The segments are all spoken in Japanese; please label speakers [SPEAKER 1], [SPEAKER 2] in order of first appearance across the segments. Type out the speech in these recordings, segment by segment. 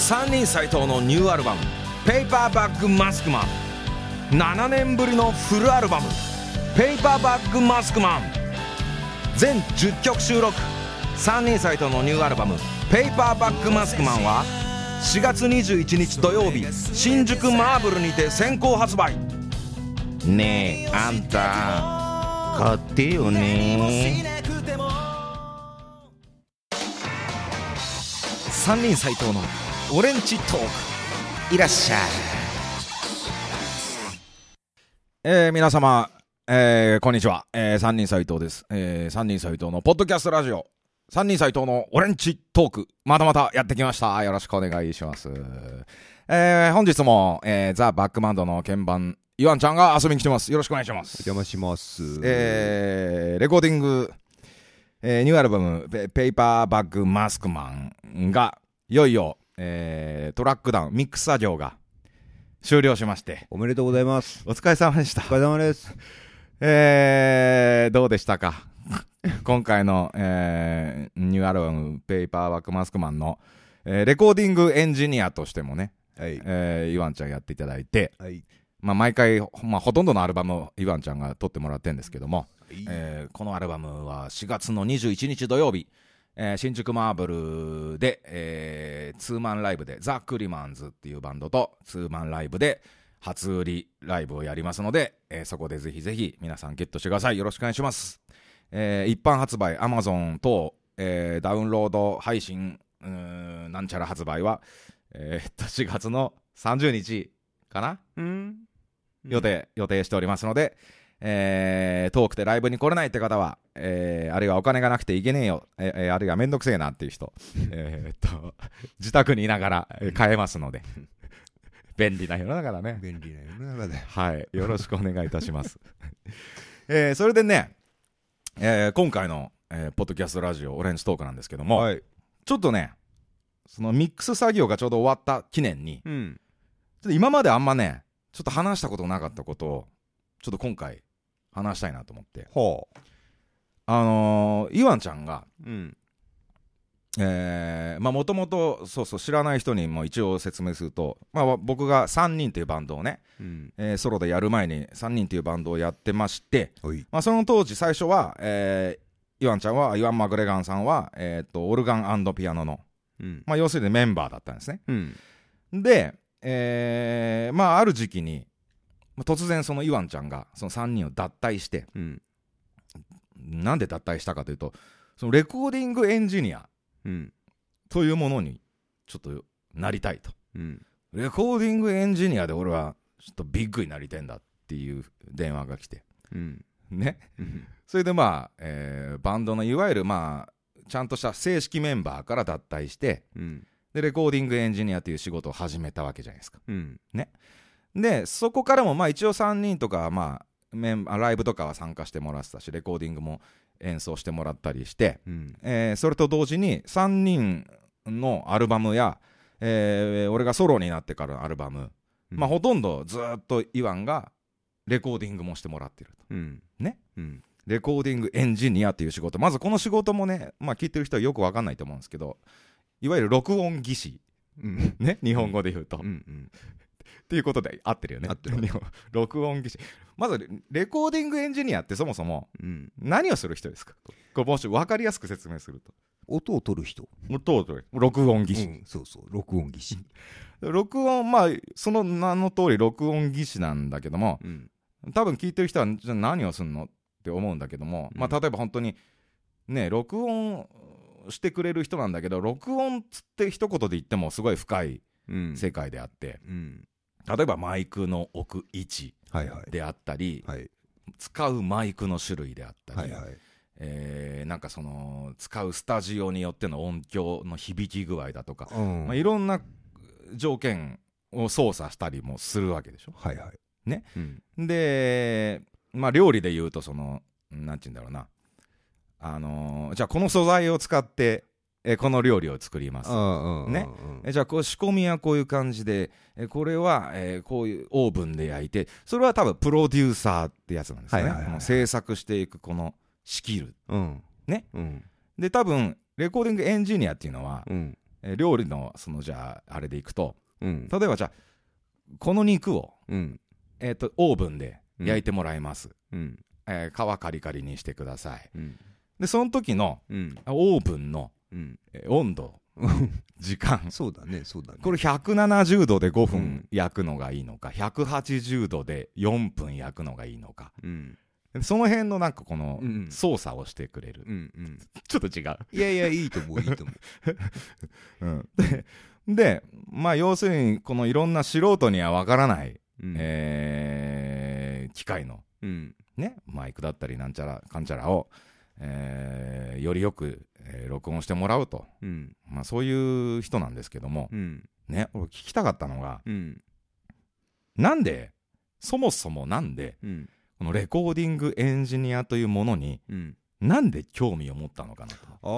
[SPEAKER 1] 三人斎藤のニューアルバムペーパーバッグマスクマン、7年ぶりのフルアルバムペーパーバッグマスクマン、全10曲収録。三人斎藤のニューアルバムペーパーバッグマスクマンは4月21日土曜日、新宿マーブルにて先行発売。ねえあんた買ってよね。三人斎藤のオレンジトーク、いらっしゃい。皆様、こんにちは。三人斎藤です。三人斎藤のポッドキャストラジオ、三人斎藤のオレンジトーク、またまたやってきました。よろしくお願いします。本日も、ザ・バックバンドの鍵盤イワンちゃんが遊びに来てます。よろしくお願いします。
[SPEAKER 2] お邪魔します。
[SPEAKER 1] レコーディング、ニューアルバムペーパーバッグマスクマンがいよいよ、トラックダウンミックス作業が終了しまして、
[SPEAKER 2] おめでとうございます。
[SPEAKER 1] お疲れ様でした。
[SPEAKER 2] お疲れ様です。
[SPEAKER 1] どうでしたか今回の、ニューアルバムペーパーバッグマスクマンの、レコーディングエンジニアとしてもね、
[SPEAKER 2] はい、
[SPEAKER 1] イワンちゃんやっていただいて、
[SPEAKER 2] はい、
[SPEAKER 1] 毎回、ほとんどのアルバムをイワンちゃんが撮ってもらってるんですけども、このアルバムは4月の21日土曜日、新宿マーブルで、ツーマンライブでザ・クリマンズっていうバンドとツーマンライブで初売りライブをやりますので、そこでぜひぜひ皆さんゲットしてください。よろしくお願いします。一般発売 Amazon 等、ダウンロード配信なんちゃら発売は、4月の30日かな、予定しておりますので、遠くてライブに来れないって方は、あるいはお金がなくていけねえよ、あるいはめんどくせえなっていう人自宅にいながら買えますので便利な世の中だね。
[SPEAKER 2] 便利な世の中で、
[SPEAKER 1] はい、よろしくお願いいたしますそれでね、今回の、ポッドキャストラジオオレンジトークなんですけども、
[SPEAKER 2] はい、
[SPEAKER 1] ちょっとね、そのミックス作業がちょうど終わった記念に、
[SPEAKER 2] ちょっ
[SPEAKER 1] と今まであんまねちょっと話したことなかったことをちょっと今回話したいなと思って、イワンちゃんがもともと知らない人にも一応説明すると、僕が3人というバンドをね、ソロでやる前に3人というバンドをやってまして、その当時最初は、イワンマグレガンさんは、オルガン&ピアノの、要するにメンバーだったんですね。で、ある時期に突然そのイワンちゃんがその3人を脱退して、なんで脱退したかというと、そのレコーディングエンジニアというものにちょっとなりたいと、レコーディングエンジニアで俺はちょっとビッグになりたいんだっていう電話が来て、ね、それでバンドのいわゆるちゃんとした正式メンバーから脱退して、でレコーディングエンジニアという仕事を始めたわけじゃないですか、ね。でそこからも一応3人とかライブとかは参加してもらってたし、レコーディングも演奏してもらったりして、それと同時に3人のアルバムや、俺がソロになってからのアルバム、ほとんどずっとイワンがレコーディングもしてもらってると、ね、レコーディングエンジニアっていう仕事、まずこの仕事もね、聞いてる人はよく分かんないと思うんですけど、いわゆる録音技師、ね、日本語で言うと、っていうことで合ってるよね。録音技師。まずレコーディングエンジニアってそもそも何をする人ですか、これもし分かりやすく説明すると、
[SPEAKER 2] 音を取る人、
[SPEAKER 1] 録音技師、
[SPEAKER 2] 録音技師
[SPEAKER 1] 録音、その名の通り録音技師なんだけども、多分聞いてる人はじゃあ何をするのって思うんだけども、例えば本当にね、録音してくれる人なんだけど、録音つって一言で言ってもすごい深い世界であって、例えばマイクの置く位置であったり、使うマイクの種類であったり、なんかその使うスタジオによっての音響の響き具合だとか、いろんな条件を操作したりもするわけでしょ。ね、で、料理で言うとそのなんて言うんだろうな、じゃあこの素材を使ってこの料理を作ります、ね、じゃあこう仕込みはこういう感じで、これは、こういうオーブンで焼いて、それは多分プロデューサーってやつなんですね、制作していくこのスキル、ね、で多分レコーディングエンジニアっていうのは、 料理のじゃああれでいくと、
[SPEAKER 2] うん、
[SPEAKER 1] 例えばじゃあこの肉を、
[SPEAKER 2] うん、
[SPEAKER 1] オーブンで焼いてもらいます、
[SPEAKER 2] うん、
[SPEAKER 1] 皮カリカリにしてください、
[SPEAKER 2] うん、
[SPEAKER 1] でその時の、
[SPEAKER 2] うん、
[SPEAKER 1] オーブンの、
[SPEAKER 2] うん、
[SPEAKER 1] 温度時間
[SPEAKER 2] そうだね
[SPEAKER 1] これ170度で5分焼くのがいいのか、180度で4分焼くのがいいのか、
[SPEAKER 2] うん、
[SPEAKER 1] その辺のなんかこの
[SPEAKER 2] うん
[SPEAKER 1] 操作をしてくれる、
[SPEAKER 2] うんうん、
[SPEAKER 1] ちょっと違う。
[SPEAKER 2] いやいやいいと思ういいと思う、
[SPEAKER 1] うん、でまあ要するにこのいろんな素人にはわからない、
[SPEAKER 2] うん、
[SPEAKER 1] 機械の、
[SPEAKER 2] うん、
[SPEAKER 1] ね、マイクだったりなんちゃらかんちゃらを、よりよく、録音してもらうと、
[SPEAKER 2] うん、
[SPEAKER 1] まあ、そういう人なんですけども、
[SPEAKER 2] うん、
[SPEAKER 1] ね、俺聞きたかったのが、
[SPEAKER 2] うん、
[SPEAKER 1] なんでそもそもなんで、
[SPEAKER 2] うん、
[SPEAKER 1] このレコーディングエンジニアというものに、
[SPEAKER 2] うん、
[SPEAKER 1] なんで興味を持ったのかなと。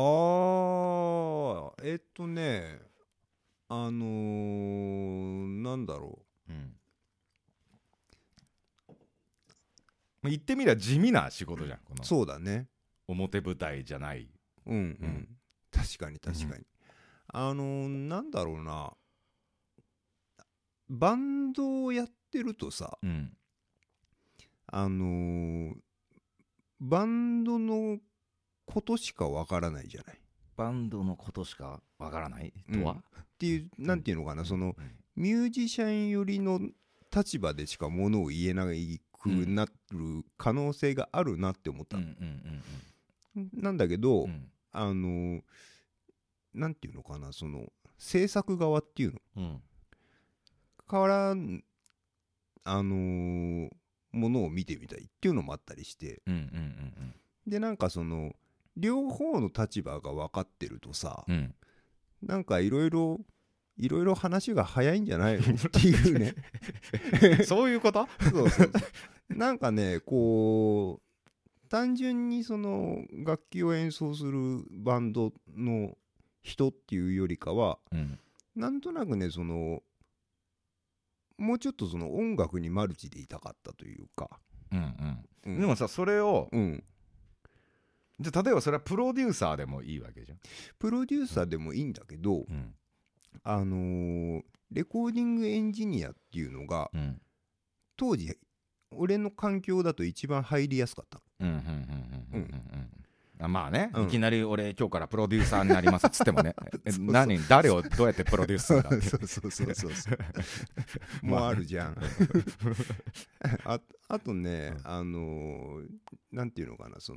[SPEAKER 2] なんだろ
[SPEAKER 1] う、言ってみりゃ地味な仕事じゃん、この
[SPEAKER 2] そうだね、
[SPEAKER 1] 表舞台じゃない、
[SPEAKER 2] うんうん、確かに確かに、なんだろうな、バンドをやってるとさ、
[SPEAKER 1] うん、
[SPEAKER 2] バンドのことしかわからないじゃない。
[SPEAKER 1] バンドのことしかわからないとは、
[SPEAKER 2] っていう、なんていうのかな、ミュージシャン寄りの立場でしかものを言えないくなる可能性があるなって思った、なんだけど、なんていうのかな、制作側っていうの、からものを見てみたいっていうのもあったりして、でなんか両方の立場が分かってるとさ、なんかいろいろ話が早いんじゃないのっていうね
[SPEAKER 1] そういうこと
[SPEAKER 2] そうそうなんかね、こう単純に楽器を演奏するバンドの人っていうよりかは、なんとなくね、もうちょっと音楽にマルチでいたかったというか、
[SPEAKER 1] でもさ、それを、じゃあ例えばそれはプロデューサーでもいいわけじゃん。
[SPEAKER 2] プロデューサーでもいいんだけど、レコーディングエンジニアっていうのが、当時俺の環境だと一番入りやすかった。
[SPEAKER 1] まあね、いきなり俺今日からプロデューサーになりますっつってもね誰をどうやってプロデュースするんだって
[SPEAKER 2] そうもうあるじゃんあとね、なんていうのかな、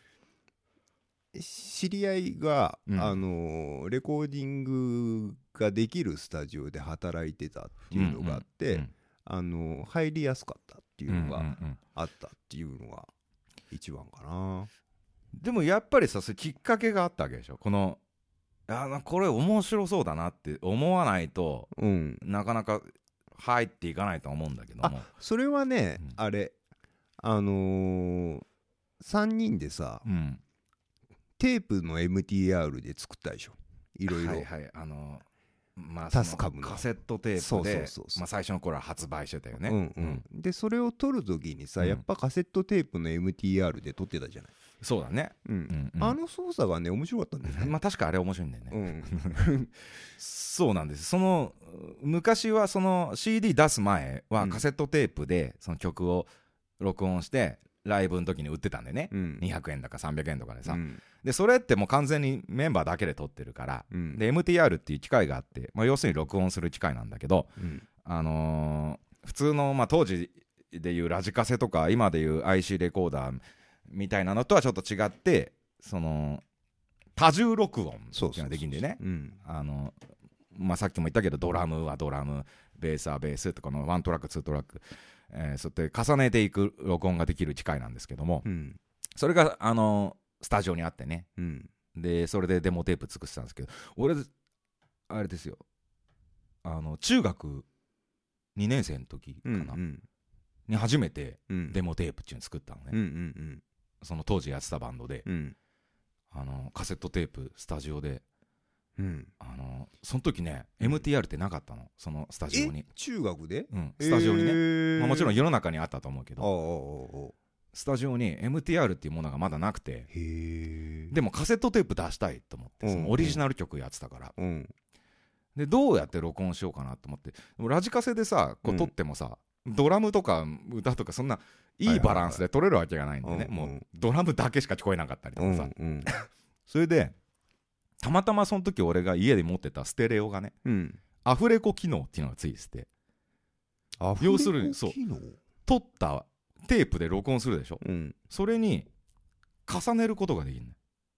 [SPEAKER 2] 知り合いが、レコーディングができるスタジオで働いてたっていうのがあって、入りやすかったっていうのがあったっていうのが一番かな。
[SPEAKER 1] でもやっぱりさ、それきっかけがあったわけでしょ。これ面白そうだなって思わないと、なかなか入っていかないと思うんだけども。
[SPEAKER 2] それはね、あれ3人でさ、テープの MTR で作ったでしょ、いろいろ。タスカムの
[SPEAKER 1] カセットテープで最初の頃は発売してたよね。
[SPEAKER 2] でそれを撮るときにさ、やっぱカセットテープの MTR で撮ってたじゃない。
[SPEAKER 1] そうだね。
[SPEAKER 2] 操作がね面白かったんだよね。
[SPEAKER 1] まあ確かあれ面白いんだよね。そうなんです。昔はCD 出す前はカセットテープでその曲を録音してライブの時に売ってたんでね、200円だか300円とかでさ、でそれってもう完全にメンバーだけで撮ってるから、で MTR っていう機械があって、要するに録音する機械なんだけど、普通の、当時でいうラジカセとか今でいう IC レコーダーみたいなのとはちょっと違って、多重録音っていうのができるんでね、さっきも言ったけどドラムはドラム、ベースはベースってこの1トラック2トラック、そうやって重ねていく録音ができる機械なんですけども、それがスタジオにあってね、でそれでデモテープ作ってたんですけど、俺あれですよ、中学2年生の時かな、に初めてデモテープっていうの作ったのね、その当時やってたバンドで、カセットテープスタジオで、その時ね MTR ってなかったの、そのスタジオに。
[SPEAKER 2] 中学で、
[SPEAKER 1] スタジオにね、もちろん世の中にあったと思うけど、スタジオに MTR っていうものがまだなくて、でもカセットテープ出したいと思って、そのオリジナル曲やってたから、 でどうやって録音しようかなと思って、ラジカセでさこう撮ってもさ、ドラムとか歌とかそんないいバランスで撮れるわけがないんでね、もうドラムだけしか聞こえなかったりとかさ、それでたまたまその時俺が家で持ってたステレオがね、アフレコ機能っていうのがついてて、要するにそう撮ったテープで録音するでしょ、それに重ねることができるの。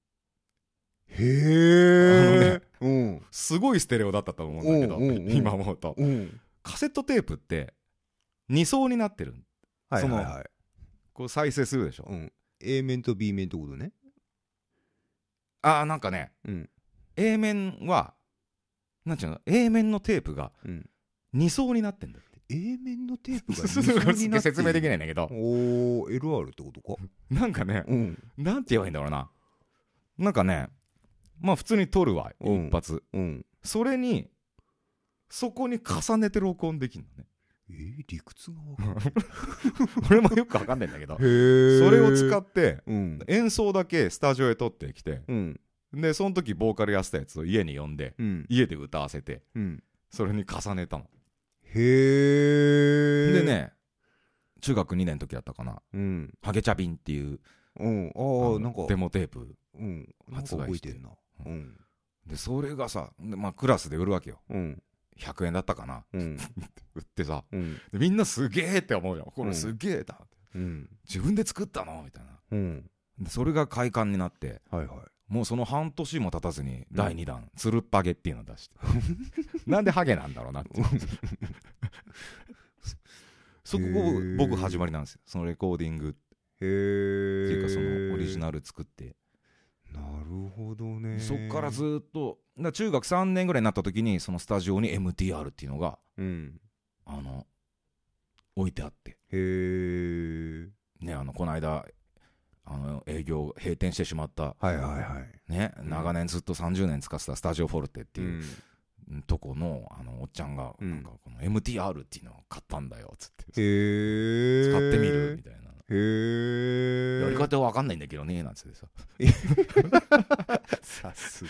[SPEAKER 2] へえ、
[SPEAKER 1] すごいステレオだったと思うんだけど、今思うと、カセットテープって2層になってる。そのこう再生するでしょ、
[SPEAKER 2] A 面と B 面ってことね。
[SPEAKER 1] なんかね、A 面はなんていうの、A 面のテープが2層になってんだって。
[SPEAKER 2] A 面のテープが2層になってる
[SPEAKER 1] 説明できないんだけど、
[SPEAKER 2] LR ってことか。
[SPEAKER 1] なんかね、なんて言えばいいんだろうな、なんかね、まあ普通に撮るわ、一発、それにそこに重ねて録音できるのね。
[SPEAKER 2] 理屈が分かんない
[SPEAKER 1] 俺もよく分かんないんだけど、それを使って演奏だけスタジオへ撮ってきて、でその時ボーカルやってたやつを家に呼んで、家で歌わせて、それに重ねたの。でね、中学2年の時だったかな、ハゲチャビンっていう
[SPEAKER 2] なんか
[SPEAKER 1] デモテープ発売して、でそれがさ、まあクラスで売るわけよ、100円だったかな、売ってさ、みんなすげえって思うじゃん、これすげえだって、自分で作ったのみたいな、でそれが快感になって、もうその半年も経たずに第2弾、つるっぱげっていうのを出してなんでハゲなんだろうなってそこ僕始まりなんですよ、そのレコーディングっていうか、そのオリジナル作って。
[SPEAKER 2] なるほどね。
[SPEAKER 1] そっからずっと中学3年ぐらいになった時に、そのスタジオに MTR っていうのが、置いてあって、ね、この間営業閉店してしまった、ね、長年ずっと30年使ってたスタジオフォルテっていう、とこのおっちゃんがなんかこの MTR っていうのを買ったんだよっつって、使ってみるみたいな、やり方は分かんないんだけどねなんつってさ
[SPEAKER 2] さすが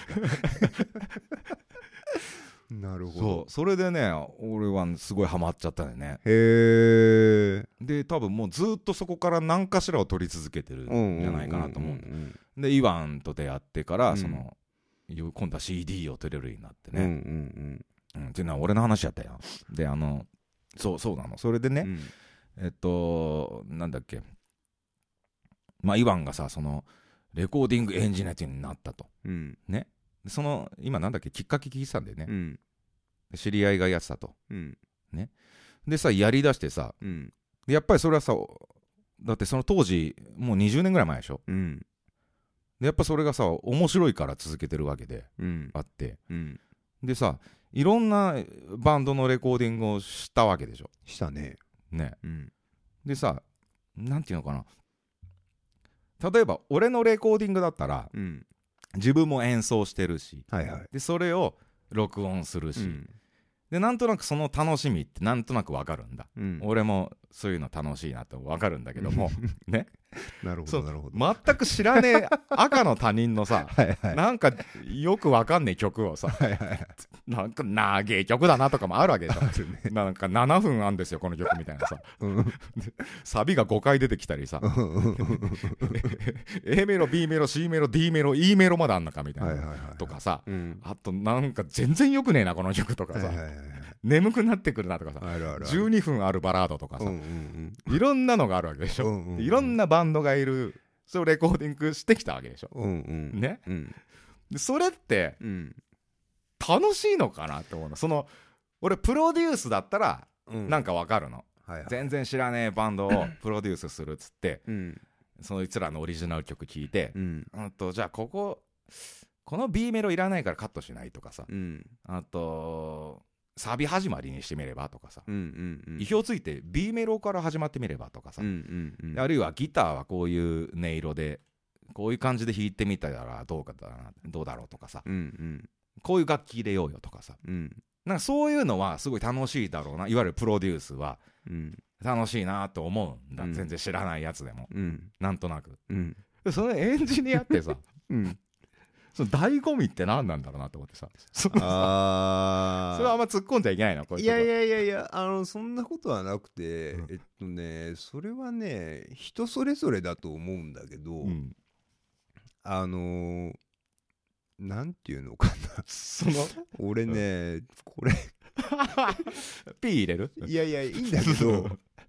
[SPEAKER 2] なるほど。
[SPEAKER 1] そう、それでね、俺はすごいハマっちゃったんだよね。で多分もうずっとそこから何かしらを撮り続けてるんじゃないかなと思う。でイワンと出会ってから、その今度は CD を撮れるようになってね、っていうのは俺の話やったよ。でそうなの。それでね、なんだっけ、まあイワンがさ、そのレコーディングエンジニアになったと、ね、その今なんだっけ、きっかけ聞いてたんだよね、知り合いがやってたと、ね、でさやりだしてさ、でやっぱりそれはさ、だってその当時もう20年ぐらい前でしょ、でやっぱそれがさ面白いから続けてるわけで、あって、でさいろんなバンドのレコーディングをしたわけでしょ。
[SPEAKER 2] したね。
[SPEAKER 1] でさ、なんていうのかな、例えば俺のレコーディングだったら、自分も演奏してるし、でそれを録音するし、でなんとなくその楽しみってなんとなく分かるんだ、俺もそういうの楽しいなって分かるんだけどもね、
[SPEAKER 2] なるほどなるほど。
[SPEAKER 1] 全く知らねえ赤の他人のさなんかよく分かんねえ曲をさなんか長え曲だなとかもあるわけでしょなんか7分あんですよこの曲みたいなさ、サビが5回出てきたりさA メロ B メロ C メロ D メロ E メロまであんのかみたいなとかさ、あとなんか全然よくねえなこの曲とかさ、眠くなってくるなとかさ、12分あるバラードとかさ、いろんなのがあるわけでしょ、いろんなバンドがいる、それをレコーディングしてきたわけでしょ、ね、でそれって、楽しいのかなって思うの。その俺プロデュースだったらなんかわかるの、全然知らねえバンドをプロデュースするっつって、そいつらのオリジナル曲聴いて、じゃあこの B メロいらないからカットしないとかさ、あとサビ始まりにしてみればとかさ、意表ついて B メロから始まってみればとかさ、あるいはギターはこういう音色でこういう感じで弾いてみたらどうだろうとかさ、こういう楽器入れようよとかさ、なんかそういうのはすごい楽しいだろうな、いわゆるプロデュースは楽しいなと思うんだ、全然知らないやつでも、なんとなく、そのエンジニアってさ、その醍醐味って何なんだろうなと思ってさ、 あんま突っ込んじゃいけないのこういうとこ。
[SPEAKER 2] いやそんなことはなくて、それはね人それぞれだと思うんだけど、なんていうのかな俺ねこれ
[SPEAKER 1] ピー入れる？
[SPEAKER 2] いやいいんだけど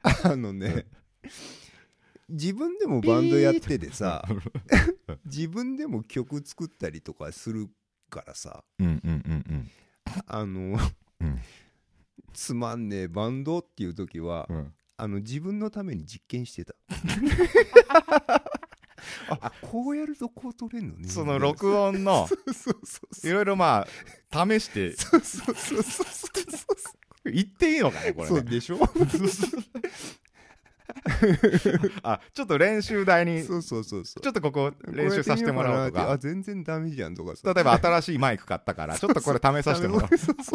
[SPEAKER 2] 自分でもバンドやっててさ自分でも曲作ったりとかするからさ、つまんねえバンドっていう時は、自分のために実験してたこうやるとこう取れんのね、
[SPEAKER 1] その録音のいろいろまあ試して言っていいのかねこれね。
[SPEAKER 2] そうでしょ
[SPEAKER 1] ちょっと練習台に
[SPEAKER 2] そう
[SPEAKER 1] ちょっとここ練習させてもらおうとか、
[SPEAKER 2] 全然ダメじゃんとかさ、
[SPEAKER 1] 例えば新しいマイク買ったからちょっとこれ試させてもらおう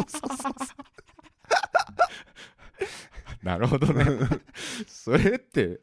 [SPEAKER 1] なるほどねそれって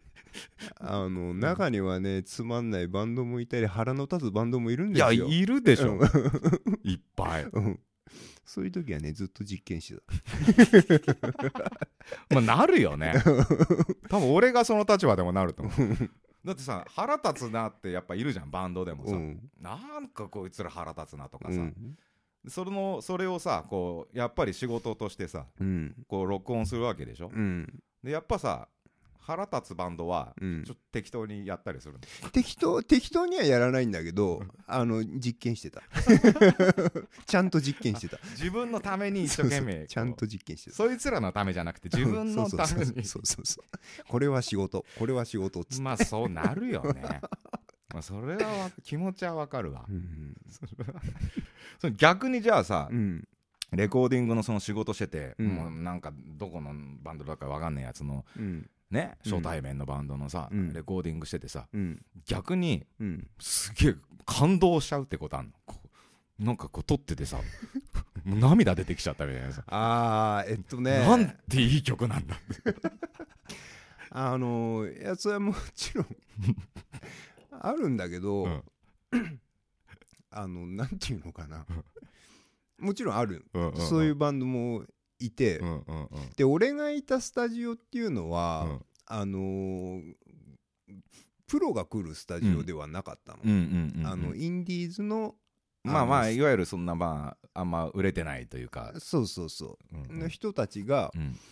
[SPEAKER 2] 中にはねつまんないバンドもいたり腹の立つバンドもいるんですよ。
[SPEAKER 1] いやいるでしょいっぱい、
[SPEAKER 2] そういう時はねずっと実験してた
[SPEAKER 1] まあなるよね多分俺がその立場でもなると思うだってさ腹立つなってやっぱいるじゃんバンドでもさ、なんかこいつら腹立つなとかさ、それをさこうやっぱり仕事としてさ、こう録音するわけでしょ、でやっぱさ腹立つバンドはちょっと適当にやったりする、
[SPEAKER 2] 適当にはやらないんだけど実験してたちゃんと実験してた。
[SPEAKER 1] 自分のために一生懸命
[SPEAKER 2] ちゃんと実験してた。
[SPEAKER 1] そいつらのためじゃなくて自分のために
[SPEAKER 2] これは仕事っつって、
[SPEAKER 1] まあそうなるよねまあそれは気持ちはわかるわ、それ逆にじゃあさ、レコーディングのその仕事してて、もうなんかどこのバンドだかわかんないやつの、ね、初対面のバンドのさ、レコーディングしててさ、逆に、すげえ感動しちゃうってことあんの？なんかこう撮っててさもう涙出てきちゃったみたいなさ、なんていい曲なんだ
[SPEAKER 2] いやそれはもちろんあるんだけど、なんていうのかなもちろんある、そういうバンドもいて、で俺がいたスタジオっていうのは、プロが来るスタジオではなかったの、インディーズの
[SPEAKER 1] まあいわゆるそんなまああんま売れてないというか、
[SPEAKER 2] の人たちが、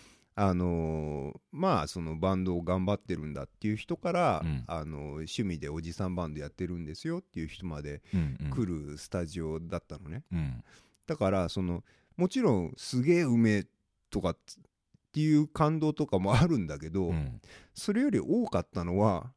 [SPEAKER 2] まあそのバンドを頑張ってるんだっていう人から、趣味でおじさんバンドやってるんですよっていう人まで来るスタジオだったのね、だからもちろんすげえうめえとかっていう感動とかもあるんだけど、それより多かったのは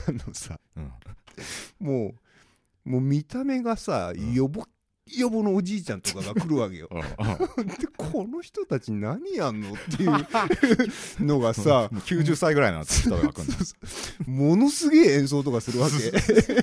[SPEAKER 2] もう見た目がさ、ヨボのおじいちゃんとかが来るわけよでこの人たち何やんのっていうのがさ
[SPEAKER 1] 90歳ぐらいの人が来る
[SPEAKER 2] ものすげえ演奏とかするわけ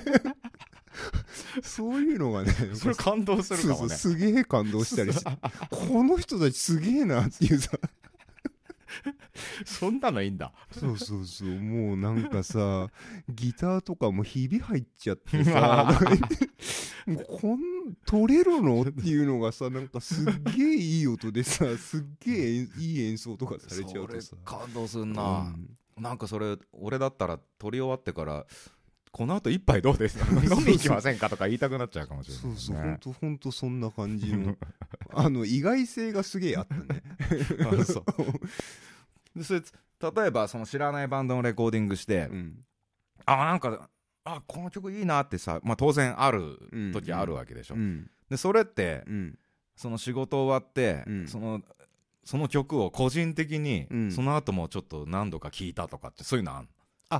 [SPEAKER 2] そういうのがね
[SPEAKER 1] それ感動するかもね。
[SPEAKER 2] すげえ感動したりしてこの人たちすげえなっていうさ
[SPEAKER 1] そんなのいいんだ。
[SPEAKER 2] そうもうなんかさギターとかもひび入っちゃってさもう取れるのっていうのがさなんかすっげえいい音でさすっげえいい演奏とかされちゃうとさ
[SPEAKER 1] 感動すんな、なんかそれ俺だったら撮り終わってからこの後一杯どうですか飲み行きませんかとか言いたくなっちゃうかもしれない、ね、
[SPEAKER 2] ほんとそんな感じの意外性がすげえあったね
[SPEAKER 1] そうでそれ例えばその知らないバンドのレコーディングして、なんかこの曲いいなってさ、まあ、当然ある時あるわけでしょ、でそれって、その仕事終わって、その曲を個人的に、その後もちょっと何度か聴いたとかってそういうのあん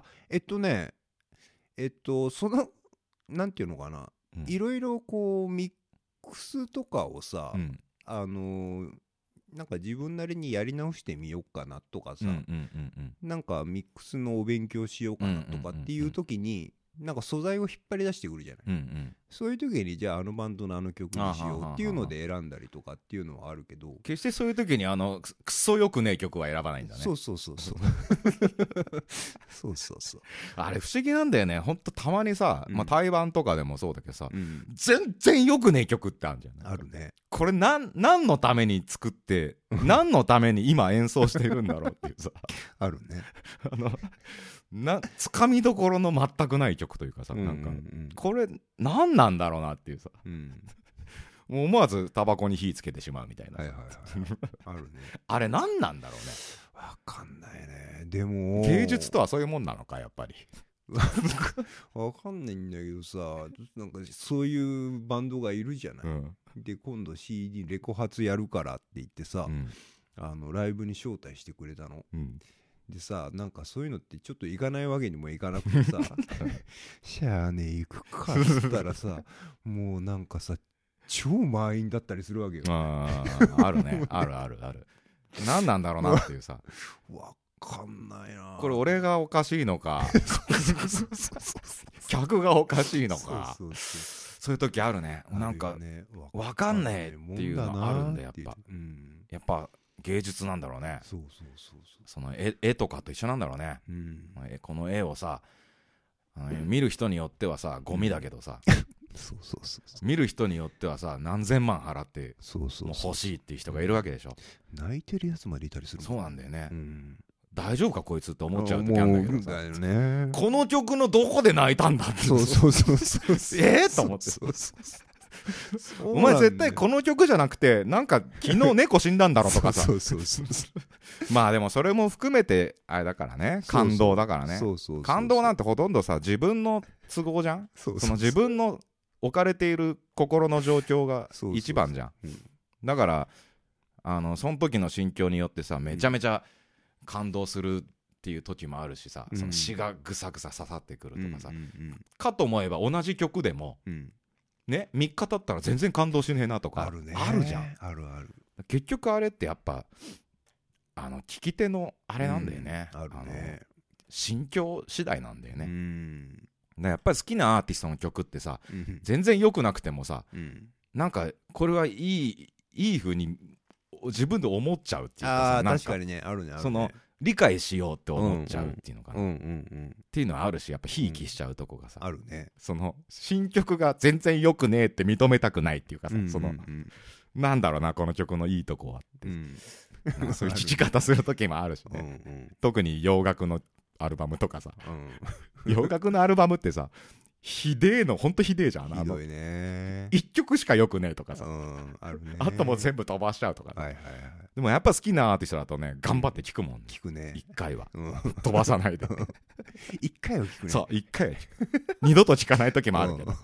[SPEAKER 2] のなんていうのかな、いろいろこうミックスとかをさ、なんか自分なりにやり直してみようかなとかさ、なんかミックスのお勉強しようかなとかっていう時に、 なんか素材を引っ張り出してくるじゃない、
[SPEAKER 1] うんうん、
[SPEAKER 2] そういう時にじゃあバンドの曲にしようっていうので選んだりとかっていうのはあるけど、
[SPEAKER 1] 決してそういう時にクソよくねえ曲は選ばないんだね。
[SPEAKER 2] そうそうそうそうそうそうそう、
[SPEAKER 1] あれ不思議なんだよね。ほんとたまにさ、まあ、対バンとかでもそうだけどさ、全然よくねえ曲ってあるじゃん。
[SPEAKER 2] あるね。
[SPEAKER 1] これ何のために作って何のために今演奏してるんだろうっていうさ
[SPEAKER 2] あるね。
[SPEAKER 1] つかみどころの全くない曲というかさ、なんかこれ何なんだろうなっていうさ、もう思わずタバコに火つけてしまうみたいな、
[SPEAKER 2] はいはいはい、あるね。
[SPEAKER 1] あれ何なんだろうね。
[SPEAKER 2] わかんないね。でも
[SPEAKER 1] 芸術とはそういうもんなのかやっぱり。
[SPEAKER 2] わかんないんだけどさ、なんかそういうバンドがいるじゃない、で今度 CD レコ発やるからって言ってさ、ライブに招待してくれたの、でさ、なんかそういうのってちょっと行かないわけにもいかなくてさしゃあねえ行くかっつったらさもうなんかさ超満員だったりするわけよ。
[SPEAKER 1] あるねあるあるある。何なんだろうなっていうさ
[SPEAKER 2] わかんないな。
[SPEAKER 1] これ俺がおかしいのか客がおかしいのか、そういう時あるね。なんかわかんねえっていうのあるんだやっぱ、やっぱ芸術なんだろうね。その絵とかと一緒なんだろうね、この絵をさ見る人によってはさゴミだけどさ見る人によってはさ何千万払って欲しいっていう人がいるわけでしょ。
[SPEAKER 2] 泣いてるやつまでいたりする。
[SPEAKER 1] そうなんだよね、大丈夫かこいつって思っちゃう時あるんだけどさ、この曲のどこで泣いたんだって。と思ってお前絶対この曲じゃなくてなんか昨日猫死んだんだろとかさまあでもそれも含めてあれだからね、感動だからね。感動なんてほとんどさ自分の都合じゃん。その自分の置かれている心の状況が一番じゃん。だからその時の心境によってさめちゃめちゃ感動するっていう時もあるしさ、その詩がぐさぐさ刺さってくるとかさ、かと思えば同じ曲でもね、3日経ったら全然感動しねえなとかあるじゃん。ある。結局あれってやっぱ聞き手のあれなんだよね、心境次第なんだよね。やっぱり好きなアーティストの曲ってさ、全然良くなくてもさ、なんかこれはいい風に自分で思っちゃうっていうかさ、
[SPEAKER 2] 確かにね、あるね。
[SPEAKER 1] その理解しようって思っちゃうっていうのかな、っていうのはあるし、やっぱひいきしちゃうとこがさ、
[SPEAKER 2] あるね。
[SPEAKER 1] その新曲が全然良くねえって認めたくないっていうかさ、そのなんだろうなこの曲のいいとこはって、そういう聞き方する時もあるしね、特に洋楽のアルバムとかさ、洋楽のアルバムってさひでえのほんとひでえじゃん。
[SPEAKER 2] ひどいね。
[SPEAKER 1] 1曲しかよくねえとかさ、
[SPEAKER 2] あるね。
[SPEAKER 1] あとも全部飛ばしちゃうとか、でもやっぱ好きなアーティストだとね頑張って聞くもんね。
[SPEAKER 2] 聞くね。
[SPEAKER 1] 1回は飛ばさないで
[SPEAKER 2] 1回は聞くね。
[SPEAKER 1] そう1回は二度と聞かない時もあるけど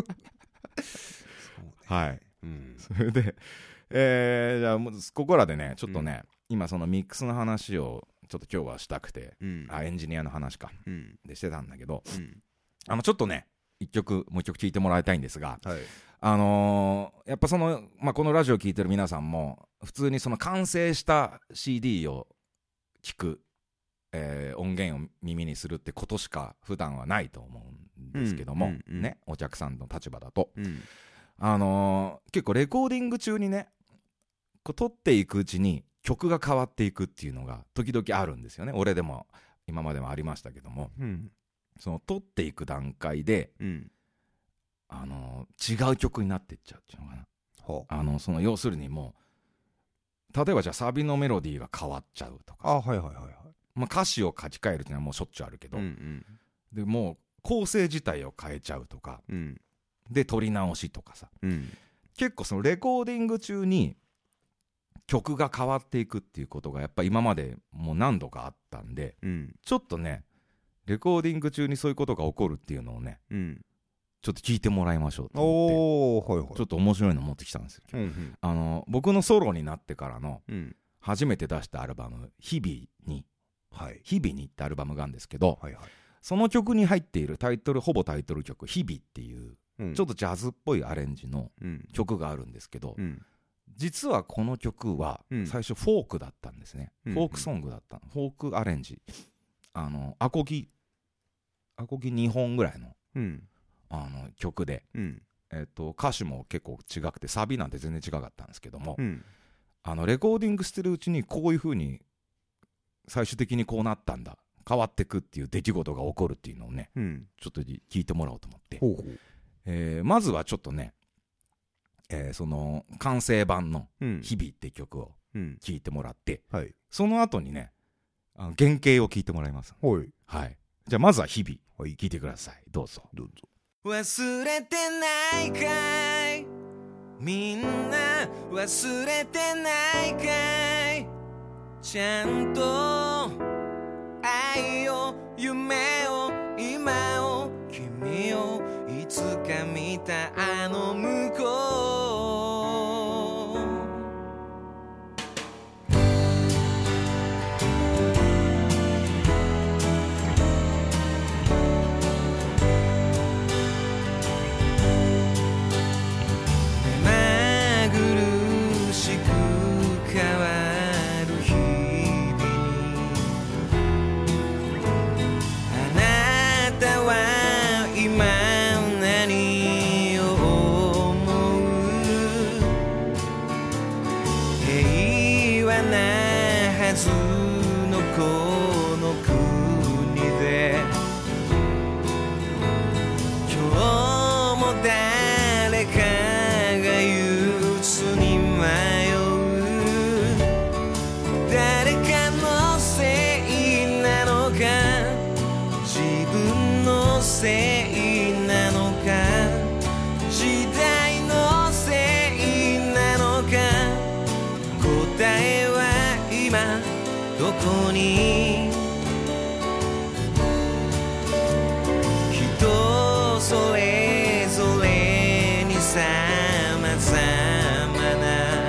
[SPEAKER 1] はい、それでじゃあここらでねちょっとね、今そのミックスの話をちょっと今日はしたくて、エンジニアの話か、でしてたんだけど、ちょっとねもう一曲聴いてもらいたいんですが、やっぱその、このラジオ聴いてる皆さんも普通にその完成した CD を聴く、音源を耳にするってことしか普段はないと思うんですけども、ね、お客さんの立場だと、結構レコーディング中にねこう撮っていくうちに曲が変わっていくっていうのが時々あるんですよね。俺でも今までもありましたけども、その撮っていく段階で、違う曲になっていっちゃうっていうのかな。その要するにもう例えばじゃあサビのメロディーが変わっちゃうとか、歌詞を書き換えるっていうのはもうしょっちゅうあるけど、でもう構成自体を変えちゃうとか、で撮り直しとかさ、結構そのレコーディング中に曲が変わっていくっていうことがやっぱ今までもう何度かあったんで、ちょっとねレコーディング中にそういうことが起こるっていうのをね、ちょっと聞いてもらいましょうと思って、ちょっと面白いの持ってきたんですよ。僕のソロになってからの初めて出したアルバム「日々に」ってアルバムがあるんですけど、その曲に入っているほぼタイトル曲「日々」っていうちょっとジャズっぽいアレンジの曲があるんですけど、実はこの曲は最初フォークだったんですね。フォークソングだったの。フォークアレンジ、アコギ2本ぐらいの曲で、歌詞も結構違くてサビなんて全然違かったんですけども、レコーディングしてるうちにこういう風に最終的にこうなったんだ、変わってくっていう出来事が起こるっていうのをね、ちょっと聞いてもらおうと思って、まずはちょっとね、その完成版の「日々」って曲を聴いてもらって、その後にね原型を聞いてもらいます。はい、じゃあまずは「日々」聴いてください。どうぞ。
[SPEAKER 3] 忘れてないかい、みんな忘れてないかい、ちゃんと愛を夢を今を君をいつか見たあの向こう、目まぐるしく変わる日々に、あなたは今何を思う、平和なはずのこの国で、今日も誰かが憂鬱に迷う、誰かのせいなのか自分のせいなのか、時代のせいなのか、答えは今どこに、人それぞれにさまざまな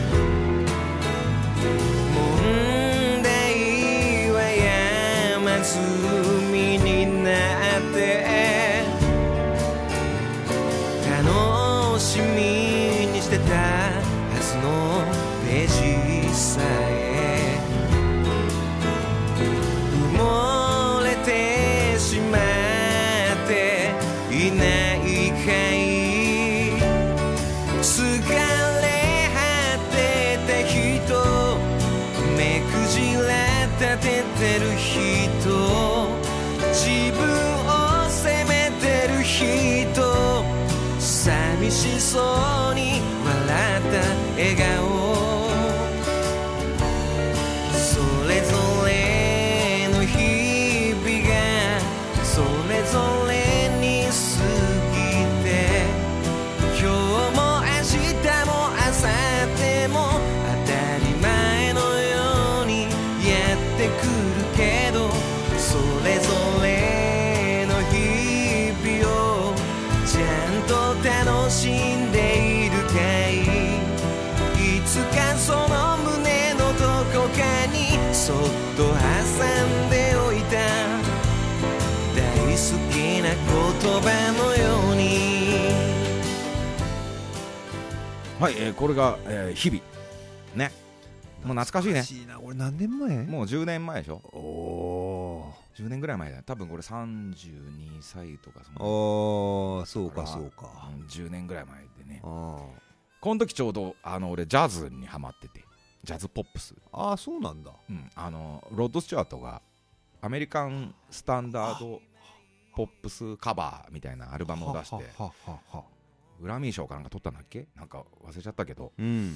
[SPEAKER 3] 問題は山積みになって楽しみにしてたはずのページさえ埋もれてしまっていないかい、疲れ果てた人、目くじら立ててる人、自分を責めてる人、寂しそうに笑った笑顔、それぞれの日々がそれぞれに過ぎて、今日も明日も明後日も当たり前のようにやってくるけど、それぞれの日々をちゃんと楽しんでいるかい、いつかその胸のどこかにそっと挟んでおいた大好きな言葉のように。
[SPEAKER 1] はい、これが、日々ね、もう懐かしいね。
[SPEAKER 2] これ何年前？
[SPEAKER 1] もう10年前でしょ。
[SPEAKER 2] お
[SPEAKER 1] ー、10年ぐらい前だ。多分これ32歳とか
[SPEAKER 2] そうかそうか、
[SPEAKER 1] 10年ぐらい前でね。
[SPEAKER 2] こ
[SPEAKER 1] の時ちょうど俺ジャズにハマってて、ジャズポップス。
[SPEAKER 2] そうなんだ。
[SPEAKER 1] ロッド・スチュワートがアメリカンスタンダードポップスカバーみたいなアルバムを出して、グラミー賞かなんか取ったんだっけ、なんか忘れちゃったけど、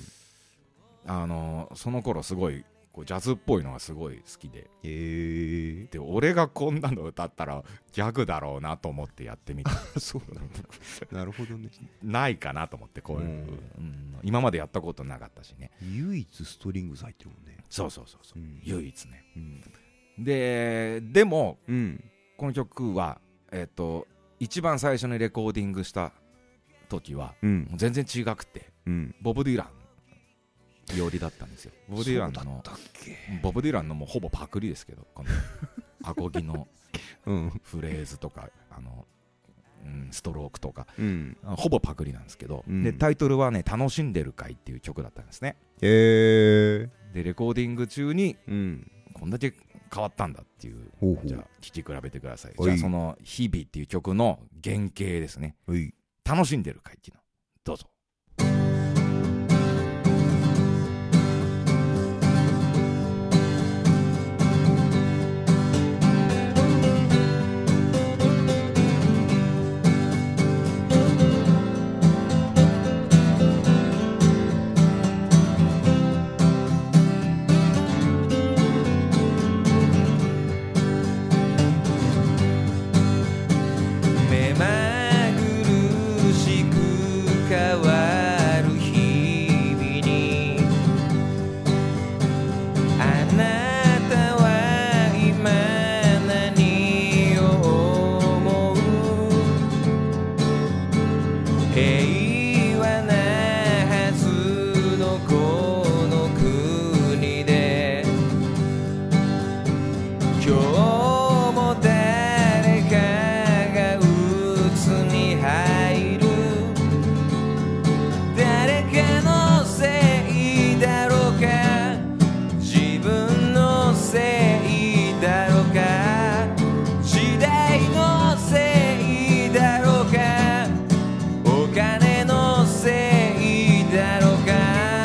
[SPEAKER 1] その頃すごいこうジャズっぽいのがすごい好きで、で俺がこんなの歌ったらギャグだろうなと思ってやってみた。
[SPEAKER 2] そうなんだ。なるほどね。
[SPEAKER 1] ないかなと思って、こういう、今までやったことなかったしね。
[SPEAKER 2] 唯一ストリングス入ってるもんね。
[SPEAKER 1] そう、唯一ね。でも、この曲は一番最初にレコーディングした時は、もう全然違くて、ボブ・ディラン寄りだったんですよ。ボブ・ディランのもうほぼパクリですけど、このアコギのフレーズとかストロークとか、ほぼパクリなんですけど、でタイトルはね、楽しんでるかいっていう曲だったんですね。でレコーディング中に、こんだけ変わったんだっていう。
[SPEAKER 2] ほうほう。
[SPEAKER 1] じゃあ聴き比べてください。
[SPEAKER 2] はい
[SPEAKER 1] じゃあその日々っていう曲の原型ですね。
[SPEAKER 2] はい。
[SPEAKER 1] 楽しんでる会っていうのどうぞ。
[SPEAKER 3] 目まぐるしく変わる日々にあなたは今何を思う平和なはずのこの国で今日も誰かが鬱に入る誰かのせいだろうか自分のせいだろうか時代のせいだろうかお金のせいだろうか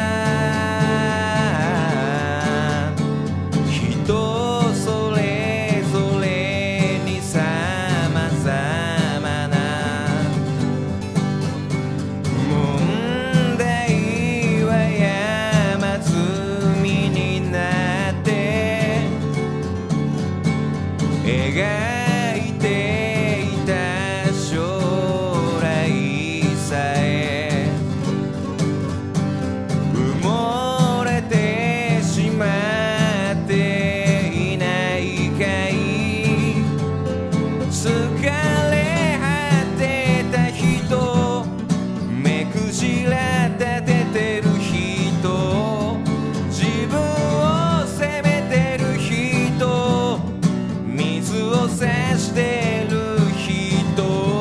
[SPEAKER 3] 人それぞれにさまざまな問題は山積みになって描いていた将来さえ埋もれてしまっていないかい疲れ果てた人目くじら立ててる人自分を責めてる人水を差してる人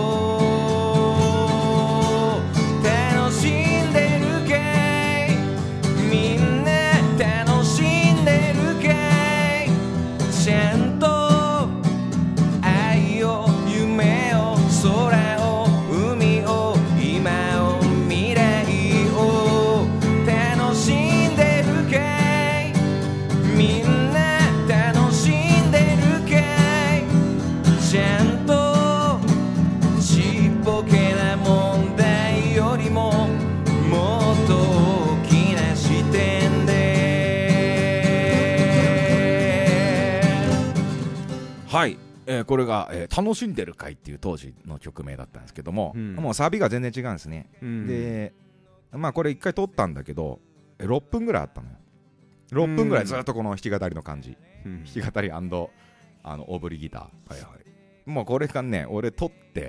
[SPEAKER 3] 楽しんでるかいみんな楽しんでるかいちゃんと愛を夢を空を海を今を未来を楽しんでるかいみんな楽しんでるかいちゃんとちっぽけな問題よりももっと大きな視点で
[SPEAKER 1] はい、これが、楽しんでる会っていう当時の曲名だったんですけども、もうサビが全然違うんですね。でまあこれ一回撮ったんだけど6分ぐらいあったのよ。6分ぐらいずっとこの弾き語りの感じ、弾き語り大振りギター、はいはい、もうこれがね俺撮って、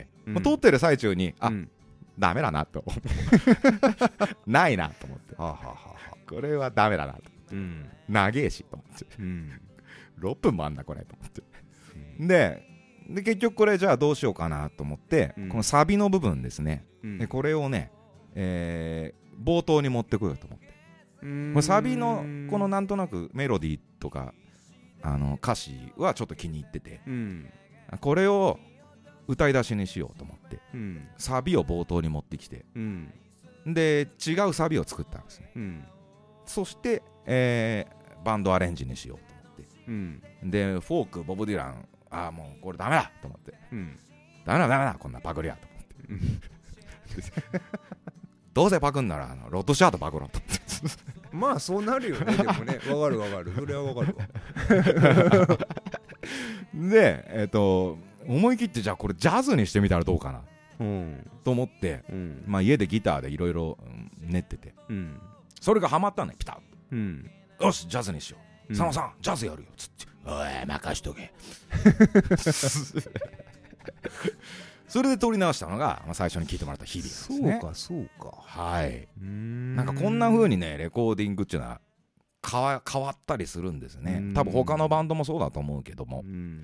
[SPEAKER 1] もう撮ってる最中にダメだなとないなと思って、これはダメだなと、長えしと思って、6分もあんだこれと思って、で結局これじゃあどうしようかなと思って、このサビの部分ですね、でこれをね、冒頭に持ってこようと思って、これサビのこのなんとなくメロディーとか歌詞はちょっと気に入ってて、これを歌い出しにしようと思って、サビを冒頭に持ってきて、で違うサビを作ったんですね、そして、バンドアレンジにしようと思って、でフォークボブ・ディランもうこれダメだと思って、ダメだこんなパクリやと思ってどうせパクんならロッドシャートパクろうと思って
[SPEAKER 2] まあそうなるよね。でもね、わかるそれはわかるわ
[SPEAKER 1] で思い切ってじゃあこれジャズにしてみたらどうかな、と思って、まあ、家でギターでいろいろ練ってて、それがハマったのよピタッと、よしジャズにしよう、佐野さんジャズやるよつって、おい任しとけそれで撮り直したのが、最初に聞いてもらった日々ですね。
[SPEAKER 2] そうか
[SPEAKER 1] はい。なんかこんな風にねレコーディングっていうのは変わったりするんですね。多分他のバンドもそうだと思うけども、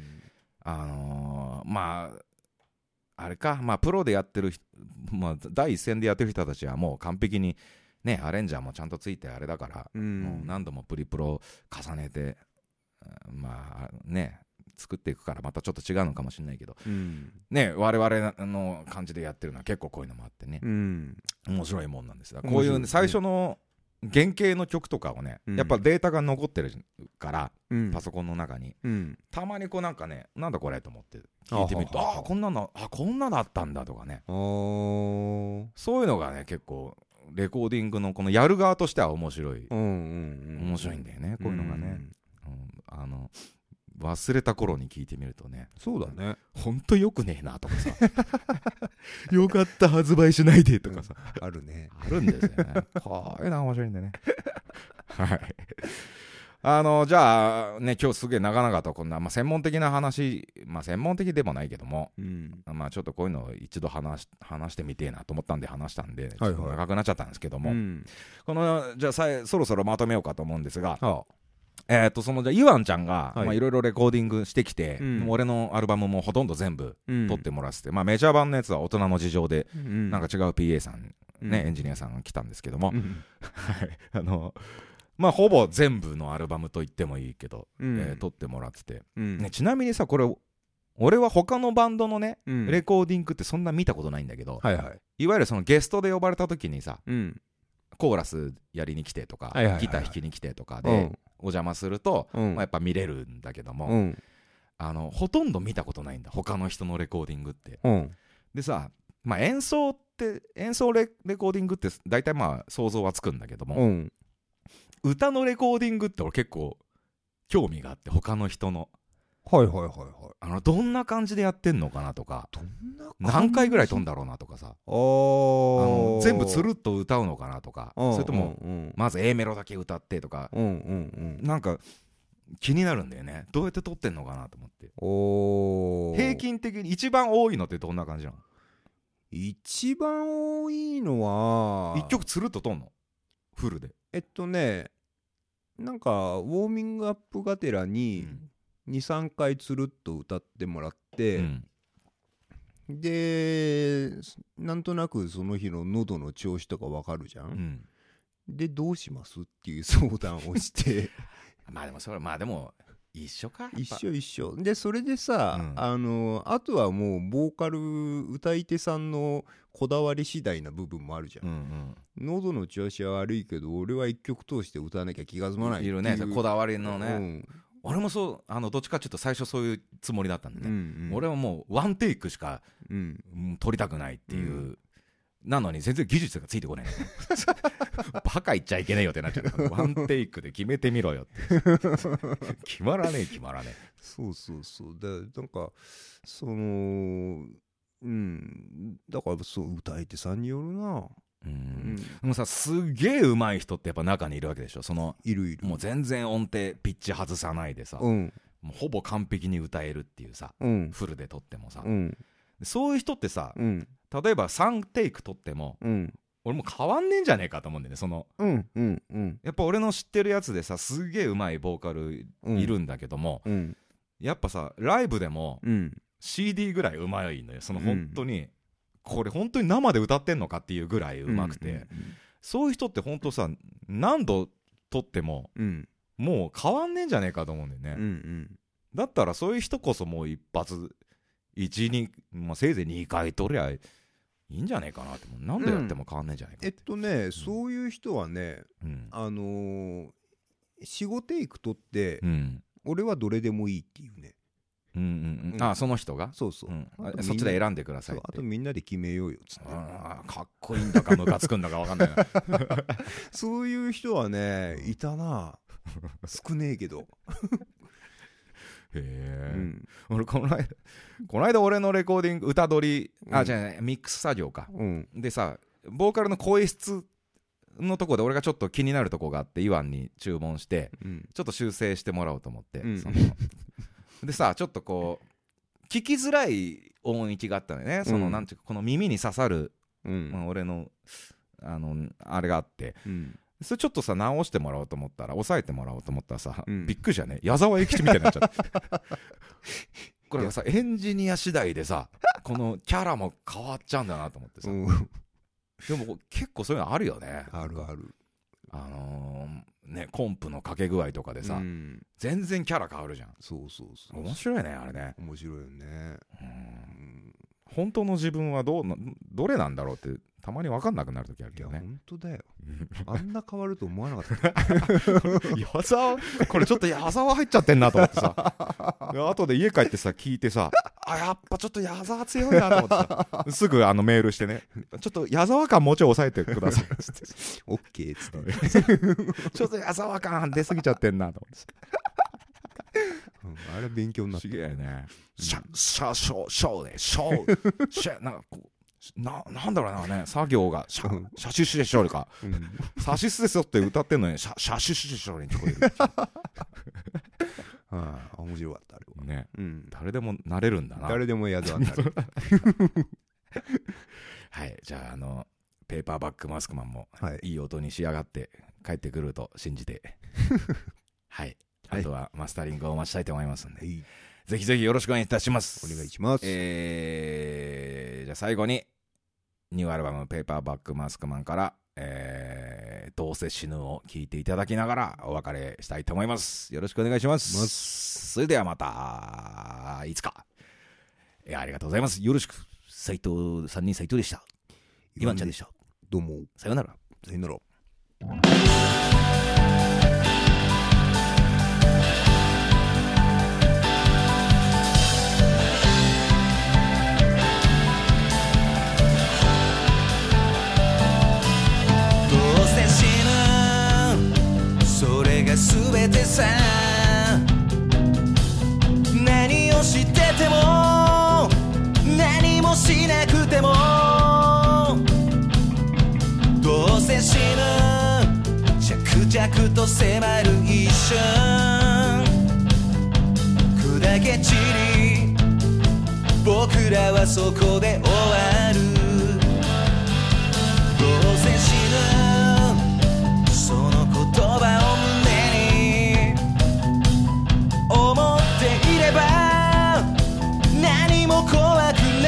[SPEAKER 1] まああれか、まあプロでやってる、第一線でやってる人たちはもう完璧にねアレンジャーもちゃんとついてあれだから、もう何度もプリプロ重ねてまあね作っていくからまたちょっと違うのかもしれないけど、ね、我々の感じでやってるのは結構こういうのもあってね、面白いもんなんですよ。こういう、ね、最初の原型の曲とかをね、やっぱデータが残ってるから、パソコンの中に、たまにこうなんかね、なんだこれと思って聞いてみると、こんなのあったんだとかね、そういうのがね結構レコーディングのこのやる側としては面白い、面白いんだよね、こういうのがね。忘れた頃に聞いてみるとね、
[SPEAKER 2] そうだね、
[SPEAKER 1] ほんとよくねえなとかさよかった発売しないでとかさ、
[SPEAKER 2] あるね、
[SPEAKER 1] あるんですよね。こういうのが面白いんでねはいじゃあね、今日すげえ長々とこんな、専門的な話、専門的でもないけども、ちょっとこういうのを一度話してみてえなと思ったんで話したんで、ちょっと長くなっちゃったんですけども、このじゃあそろそろまとめようかと思うんですが、じゃあイワンちゃんがいろいろレコーディングしてきて、俺のアルバムもほとんど全部撮ってもらってて、メジャー版のやつは大人の事情で、なんか違う PA さん、エンジニアさんが来たんですけども、ほぼ全部のアルバムと言ってもいいけど、撮ってもらってて、ちなみにさ、これ俺は他のバンドのね、レコーディングってそんな見たことないんだけど、いわゆるそのゲストで呼ばれた時にさ、コーラスやりに来てとか、ギター弾きに来てとかでお邪魔すると、やっぱ見れるんだけども、ほとんど見たことないんだ、他の人のレコーディングって。でさ、演奏レコーディングって大体想像はつくんだけども、歌のレコーディングって俺結構興味があって、他の人のどんな感じでやってんのかなとか、何回ぐらい飛んだろうなとかさ、全部つるっと歌うのかなとか、それともまず A メロだけ歌ってとか、なんか気になるんだよね。どうやって撮ってんのかなと思って。平均的に一番多いのってどんな感じなの？
[SPEAKER 2] 一番多いのは
[SPEAKER 1] 1曲つるっと撮んの？フルで。
[SPEAKER 2] なんかウォーミングアップがてらに2、3回つるっと歌ってもらって、でなんとなくその日の喉の調子とか分かるじゃん、でどうしますっていう相談をして
[SPEAKER 1] でもそれでも一緒か、
[SPEAKER 2] 一緒で、それでさ、あとはもうボーカル歌い手さんのこだわり次第な部分もあるじゃん、喉の調子は悪いけど俺は一曲通して歌わなきゃ気が済まないっていう、
[SPEAKER 1] いるね、こだわりのね、俺もそうどっちかっていうと最初そういうつもりだったんでね、俺はもうワンテイクしか、撮りたくないっていう、なのに全然技術がついてこないバカ言っちゃいけねえよってなっちゃうワンテイクで決めてみろよって決まらねえ
[SPEAKER 2] そうで、なんかだからそう歌い手さんによるな。
[SPEAKER 1] でもさ、すげえ上手い人ってやっぱ中にいるわけでしょ。
[SPEAKER 2] いる
[SPEAKER 1] もう全然音程ピッチ外さないでさ、もうほぼ完璧に歌えるっていうさ、フルで撮ってもさ、そういう人ってさ、例えば3テイク撮っても、俺もう変わんねえんじゃねえかと思うんだよね。やっぱ俺の知ってるやつでさ、すげえ上手いボーカルいるんだけども、やっぱさライブでも、CD ぐらい上手いのよ。本当に、これ本当に生で歌ってんのかっていうぐらい上手くて、そういう人って本当さ、何度撮っても、もう変わんねえんじゃねえかと思うんだよね。だったらそういう人こそもう一発1、2、せいぜい2回撮りゃいいんじゃねえかなって。何度やっても変わんねえんじゃねえか。
[SPEAKER 2] そういう人はね、4、5テイク撮って、俺はどれでもいいっていうね。
[SPEAKER 1] その人が
[SPEAKER 2] そう、
[SPEAKER 1] そっちで選んでくださいって。
[SPEAKER 2] あとみんなで決めようよっつって。
[SPEAKER 1] かっこいいんだかムカつくんだか分かんないな
[SPEAKER 2] そういう人はねいたな少ねえけどへ
[SPEAKER 1] え、俺この間俺のレコーディング歌取り、じゃあミックス作業か、でさ、ボーカルの声質のとこで俺がちょっと気になるとこがあって、イワンに注文して、ちょっと修正してもらおうと思って、でさ、ちょっとこう聞きづらい音域があったのよね。なんていうか、この耳に刺さる、俺のあれがあって、それちょっとさ直してもらおうと思ったら、抑えてもらおうと思ったらさ、びっくりしたね、矢沢永吉みたいになっちゃってこれがさエンジニア次第でさ、このキャラも変わっちゃうんだなと思ってさ、でも結構そういうのあるよね。
[SPEAKER 2] ある
[SPEAKER 1] ね、 コンプのかけ具合とかでさ、全然キャラ変わるじゃん。
[SPEAKER 2] そうそうそう、
[SPEAKER 1] 面白いねあれね。
[SPEAKER 2] 面白いよね。
[SPEAKER 1] 本当の自分はどれなんだろうってたまに分かんなくなる時あるけどね。
[SPEAKER 2] いや本当だよ。あんな変わると思わなかった。
[SPEAKER 1] 矢沢、これちょっと矢沢入っちゃってんなと思ってさ後で家帰ってさ聞いてさ、やっぱちょっと矢沢強いなと思ってさすぐメールしてね、ちょっと矢沢感もうちょい抑えてくださいっつって
[SPEAKER 2] オッケーっつって
[SPEAKER 1] ちょっと矢沢感出過ぎちゃってんなと思ってさ
[SPEAKER 2] あれ勉強になって
[SPEAKER 1] すげえね。シャなんかこうなんだろうなね、作業がシャシュシュショリか、サシスですよって歌ってんのにシャシュシュショリに聞こえ
[SPEAKER 2] る。面白かったあれは
[SPEAKER 1] ね。誰でもなれるんだな。
[SPEAKER 2] 誰でも矢沢になる。
[SPEAKER 1] はい、じゃあペーパーバッグマスクマンもいい音に仕上がって帰ってくると信じて、はい。あとはマスタリングをお待ちしたいと思いますんで、ぜひぜひよろしくお願いいたします。
[SPEAKER 2] お願いします。
[SPEAKER 1] じゃあ最後にニューアルバムペーパーバッグマスクマンから、どうせ死ぬを聴いていただきながらお別れしたいと思います。よろしくお願いします。それではまたいつか。ありがとうございます。よろしく。3人斉藤でした。イワンちゃんでした。
[SPEAKER 2] どうも。
[SPEAKER 1] さよなら。
[SPEAKER 2] さよなら。
[SPEAKER 3] 全てさ、何をしてても何もしなくてもどうせ死ぬ、着々と迫る一瞬、砕け散り僕らはそこで終わる。どうせ死ぬ、その言葉を思っていれば何も怖くない。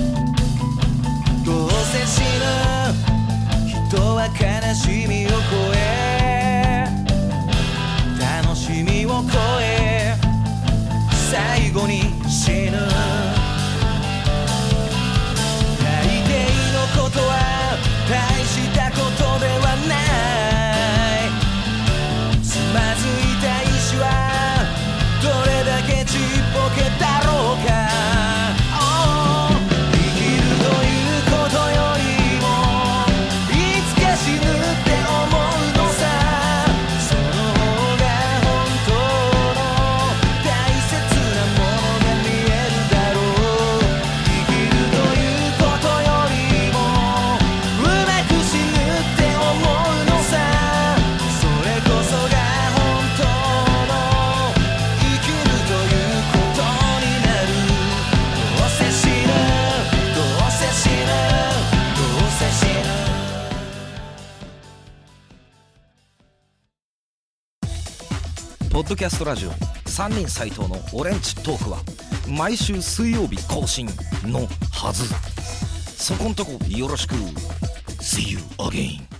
[SPEAKER 3] どうせ死ぬ、人は悲しみを超え楽しみを超え最後に死ぬ。大抵のことは大したことではない。つまずいた石はどれだけちっぽけだろうか。生きるということよりもいつか死ぬって思うのさ。その方が本当の大切なものが見えるだろう。生きるということよりもうまく死ぬって思うのさ。それこそがポッドキャストラジオ3人斉藤のオレンジトークは毎週水曜日更新のはず。そこんとこよろしく。See you again.